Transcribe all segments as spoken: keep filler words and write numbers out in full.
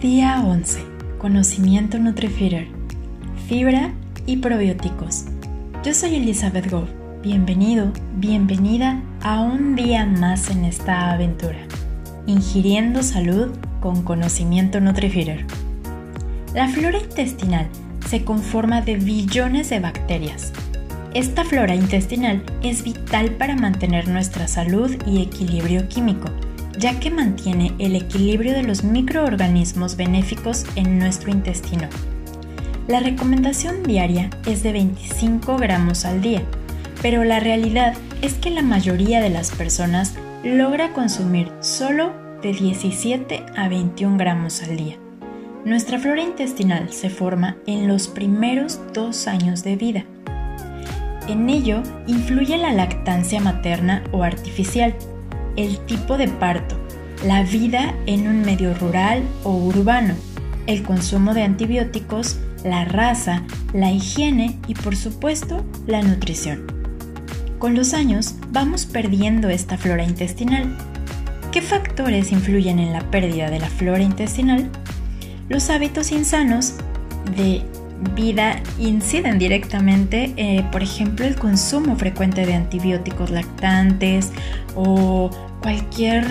Día once. Conocimiento NutriFeeder. Fibra y probióticos. Yo soy Elizabeth Goff. Bienvenido, bienvenida a un día más en esta aventura. Ingiriendo salud con conocimiento NutriFeeder. La flora intestinal se conforma de billones de bacterias. Esta flora intestinal es vital para mantener nuestra salud y equilibrio químico, ya que mantiene el equilibrio de los microorganismos benéficos en nuestro intestino. La recomendación diaria es de veinticinco gramos al día, pero la realidad es que la mayoría de las personas logra consumir solo de diecisiete a veintiún gramos al día. Nuestra flora intestinal se forma en los primeros dos años de vida. En ello influye la lactancia materna o artificial, el tipo de parto, la vida en un medio rural o urbano, el consumo de antibióticos, la raza, la higiene y, por supuesto, la nutrición. Con los años vamos perdiendo esta flora intestinal. ¿Qué factores influyen en la pérdida de la flora intestinal? Los hábitos insanos de vida inciden directamente, eh, por ejemplo, el consumo frecuente de antibióticos lactantes o cualquier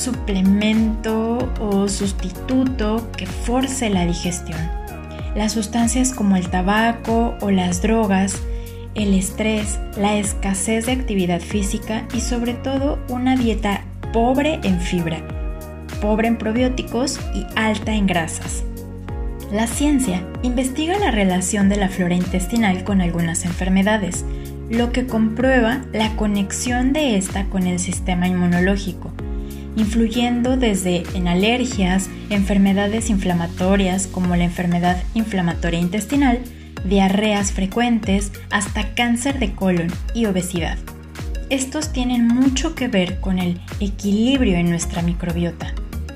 suplemento o sustituto que force la digestión. Las sustancias como el tabaco o las drogas, el estrés, la escasez de actividad física y sobre todo una dieta pobre en fibra, pobre en probióticos y alta en grasas. La ciencia investiga la relación de la flora intestinal con algunas enfermedades, lo que comprueba la conexión de esta con el sistema inmunológico, influyendo desde en alergias, enfermedades inflamatorias como la enfermedad inflamatoria intestinal, diarreas frecuentes, hasta cáncer de colon y obesidad. Estos tienen mucho que ver con el equilibrio en nuestra microbiota.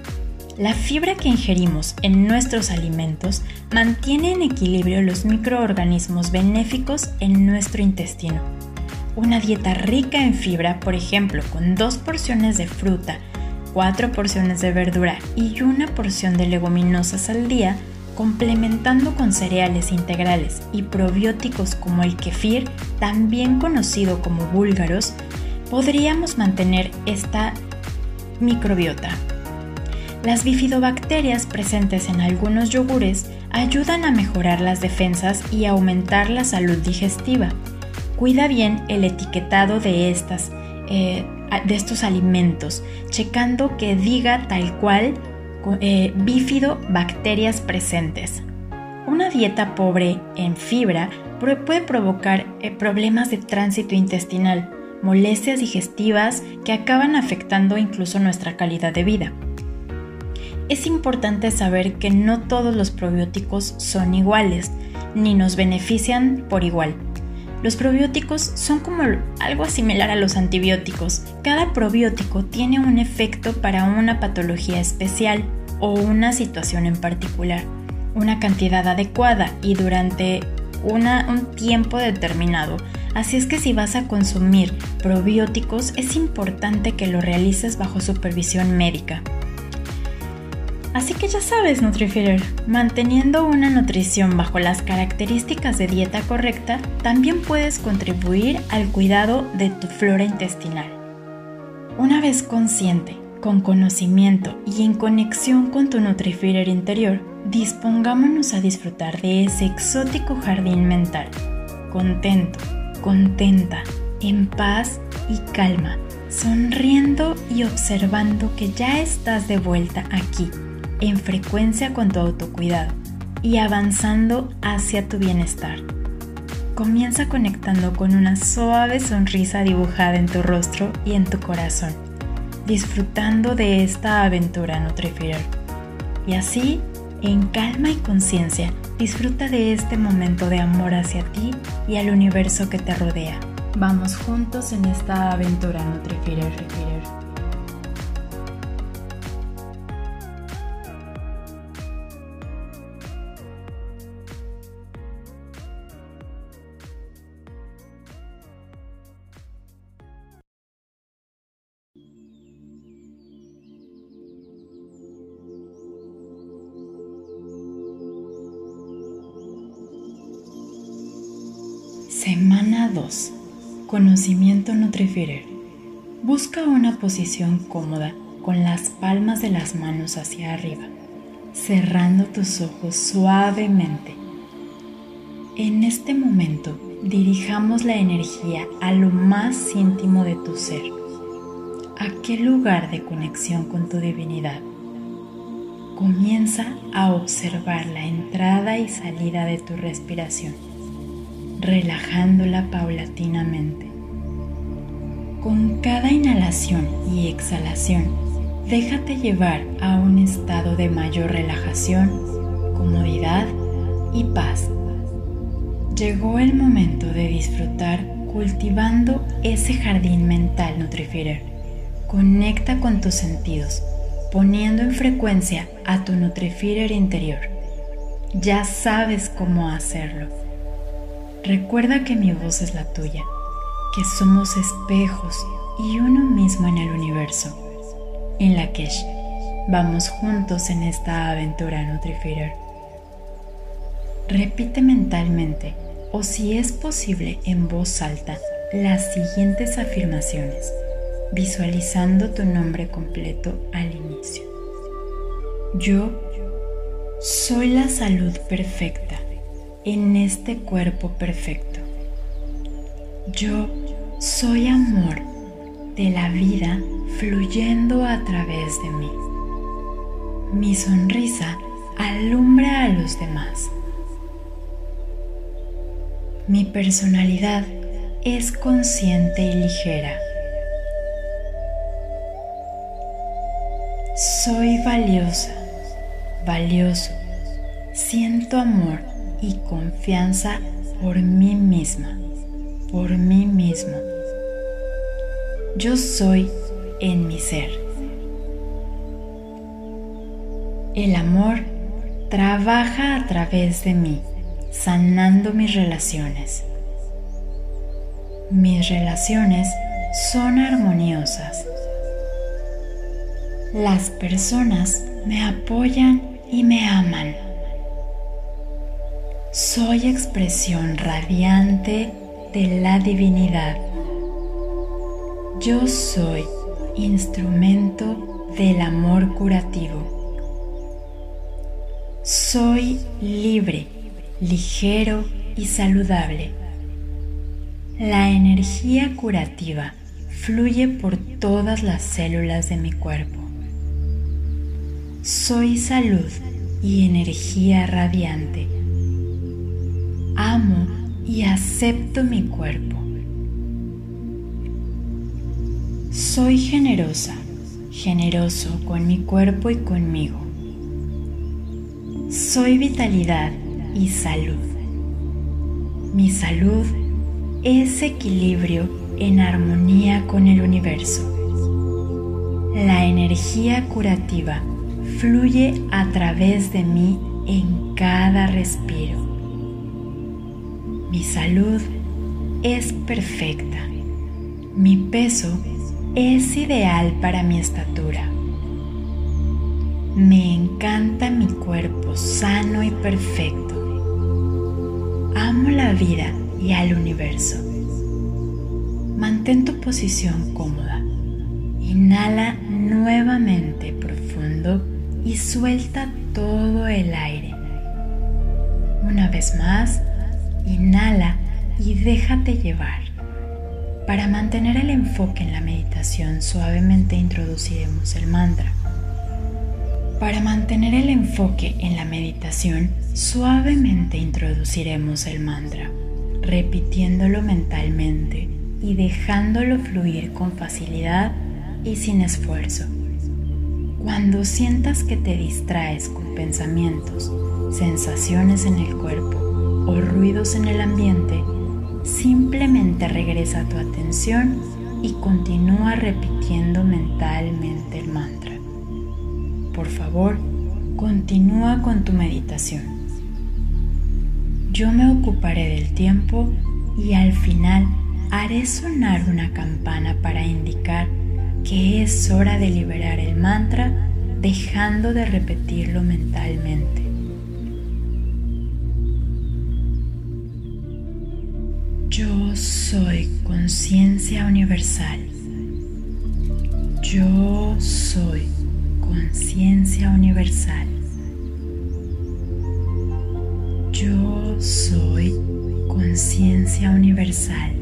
La fibra que ingerimos en nuestros alimentos mantiene en equilibrio los microorganismos benéficos en nuestro intestino. Una dieta rica en fibra, por ejemplo, con dos porciones de fruta, cuatro porciones de verdura y una porción de leguminosas al día, complementando con cereales integrales y probióticos como el kefir, también conocido como búlgaros, podríamos mantener esta microbiota. Las bifidobacterias presentes en algunos yogures ayudan a mejorar las defensas y aumentar la salud digestiva. Cuida bien el etiquetado de, estas, eh, de estos alimentos, checando que diga tal cual eh, bifidobacterias presentes. Una dieta pobre en fibra puede provocar eh, problemas de tránsito intestinal, molestias digestivas que acaban afectando incluso nuestra calidad de vida. Es importante saber que no todos los probióticos son iguales, ni nos benefician por igual. Los probióticos son como algo similar a los antibióticos. Cada probiótico tiene un efecto para una patología especial o una situación en particular, una cantidad adecuada y durante una, un tiempo determinado. Así es que si vas a consumir probióticos, es importante que lo realices bajo supervisión médica. Así que ya sabes, NutriFeeder, manteniendo una nutrición bajo las características de dieta correcta, también puedes contribuir al cuidado de tu flora intestinal. Una vez consciente, con conocimiento y en conexión con tu NutriFeeder interior, dispongámonos a disfrutar de ese exótico jardín mental, contento, contenta, en paz y calma, sonriendo y observando que ya estás de vuelta aquí, en frecuencia con tu autocuidado y avanzando hacia tu bienestar. Comienza conectando con una suave sonrisa dibujada en tu rostro y en tu corazón, disfrutando de esta aventura NutriFeeder. Y así, en calma y conciencia, disfruta de este momento de amor hacia ti y al universo que te rodea. Vamos juntos en esta aventura NutriFeeder. Semana dos. Conocimiento Nutrifeeder. Busca una posición cómoda con las palmas de las manos hacia arriba, cerrando tus ojos suavemente. En este momento, dirijamos la energía a lo más íntimo de tu ser, aquel lugar de conexión con tu divinidad. Comienza a observar la entrada y salida de tu respiración, relajándola paulatinamente. Con cada inhalación y exhalación, déjate llevar a un estado de mayor relajación, comodidad y paz. Llegó el momento de disfrutar cultivando ese jardín mental Nutrifeeder. Conecta con tus sentidos, poniendo en frecuencia a tu Nutrifeeder interior. Ya sabes cómo hacerlo. Recuerda que mi voz es la tuya, que somos espejos y uno mismo en el universo. En Lakesh, vamos juntos en esta aventura Nutrifeeder. Repite mentalmente, o si es posible en voz alta, las siguientes afirmaciones, visualizando tu nombre completo al inicio. Yo soy la salud perfecta en este cuerpo perfecto. Yo soy amor de la vida fluyendo a través de mí. Mi sonrisa alumbra a los demás. Mi personalidad es consciente y ligera. Soy valiosa, valioso. Siento amor y confianza por mí misma, por mí mismo. Yo soy en mi ser. El amor trabaja a través de mí, sanando mis relaciones. Mis relaciones son armoniosas. Las personas me apoyan y me aman. Soy expresión radiante de la divinidad. Yo soy instrumento del amor curativo. Soy libre, ligero y saludable. La energía curativa fluye por todas las células de mi cuerpo. Soy salud y energía radiante. Amo y acepto mi cuerpo. Soy generosa, generoso con mi cuerpo y conmigo. Soy vitalidad y salud. Mi salud es equilibrio en armonía con el universo. La energía curativa fluye a través de mí en cada respiro. Mi salud es perfecta. Mi peso es ideal para mi estatura. Me encanta mi cuerpo sano y perfecto. Amo la vida y al universo. Mantén tu posición cómoda. Inhala nuevamente profundo y suelta todo el aire. Una vez más, inhala y déjate llevar. Para mantener el enfoque en la meditación, suavemente introduciremos el mantra. Para mantener el enfoque en la meditación, suavemente introduciremos el mantra, repitiéndolo mentalmente y dejándolo fluir con facilidad y sin esfuerzo. Cuando sientas que te distraes con pensamientos, sensaciones en el cuerpo o ruidos en el ambiente, simplemente regresa tu atención y continúa repitiendo mentalmente el mantra. Por favor, continúa con tu meditación. Yo me ocuparé del tiempo y al final haré sonar una campana para indicar que es hora de liberar el mantra, dejando de repetirlo mentalmente. Yo soy conciencia universal. Yo soy conciencia universal. Yo soy conciencia universal.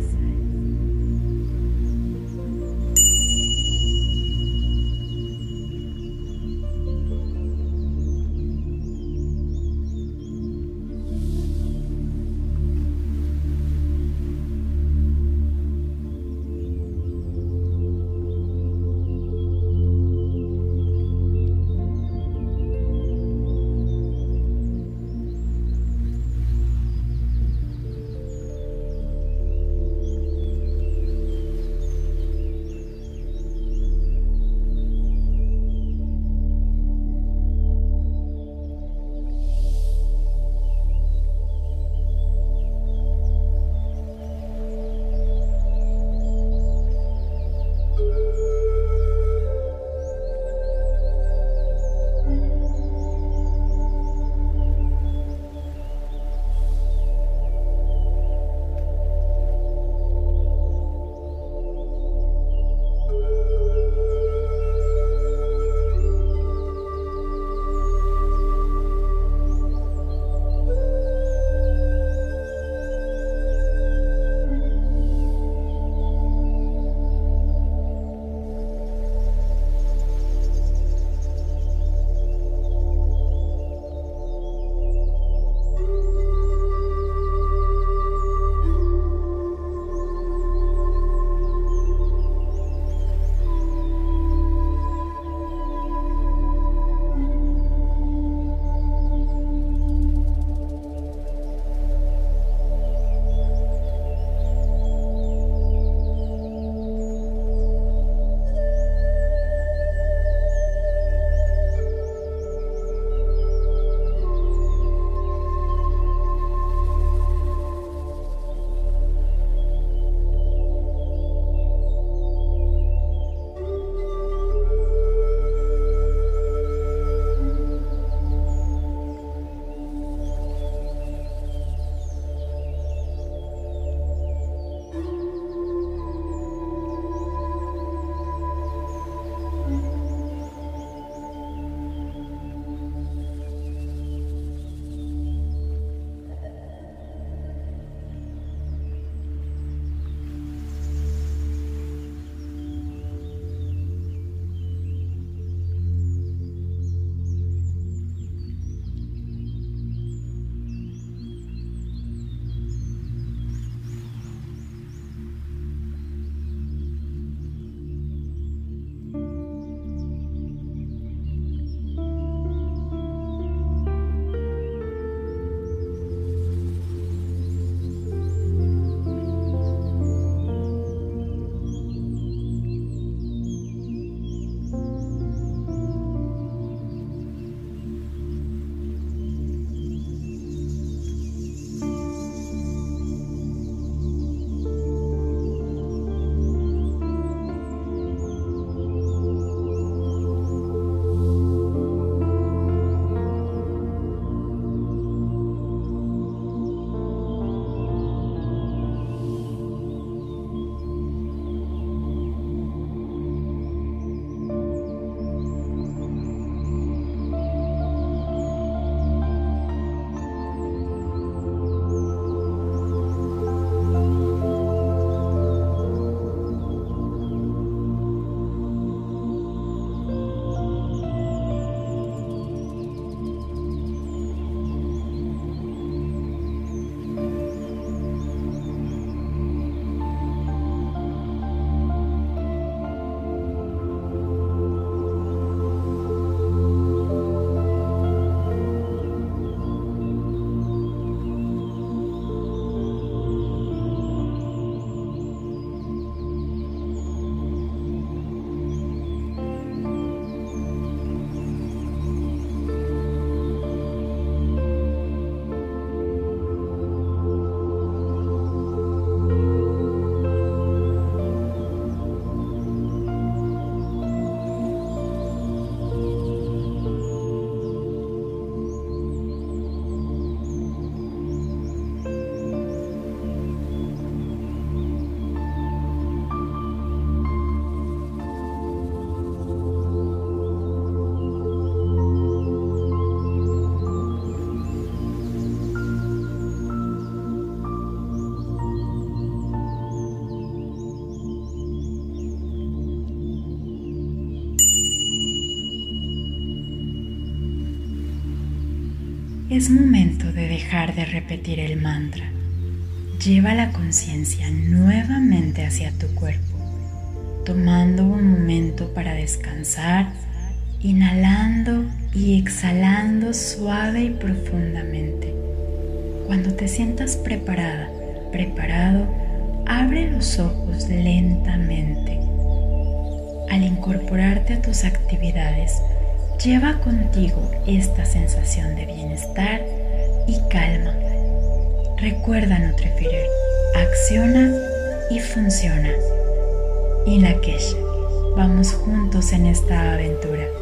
es momento de dejar de repetir el mantra. Lleva la conciencia nuevamente hacia tu cuerpo, tomando un momento para descansar, inhalando y exhalando suave y profundamente. Cuando te sientas preparada, preparado, abre los ojos lentamente. Al incorporarte a tus actividades, lleva contigo esta sensación de bienestar y calma. Recuerda, Nutrifier, acciona y funciona. Y Lak'ech, vamos juntos en esta aventura.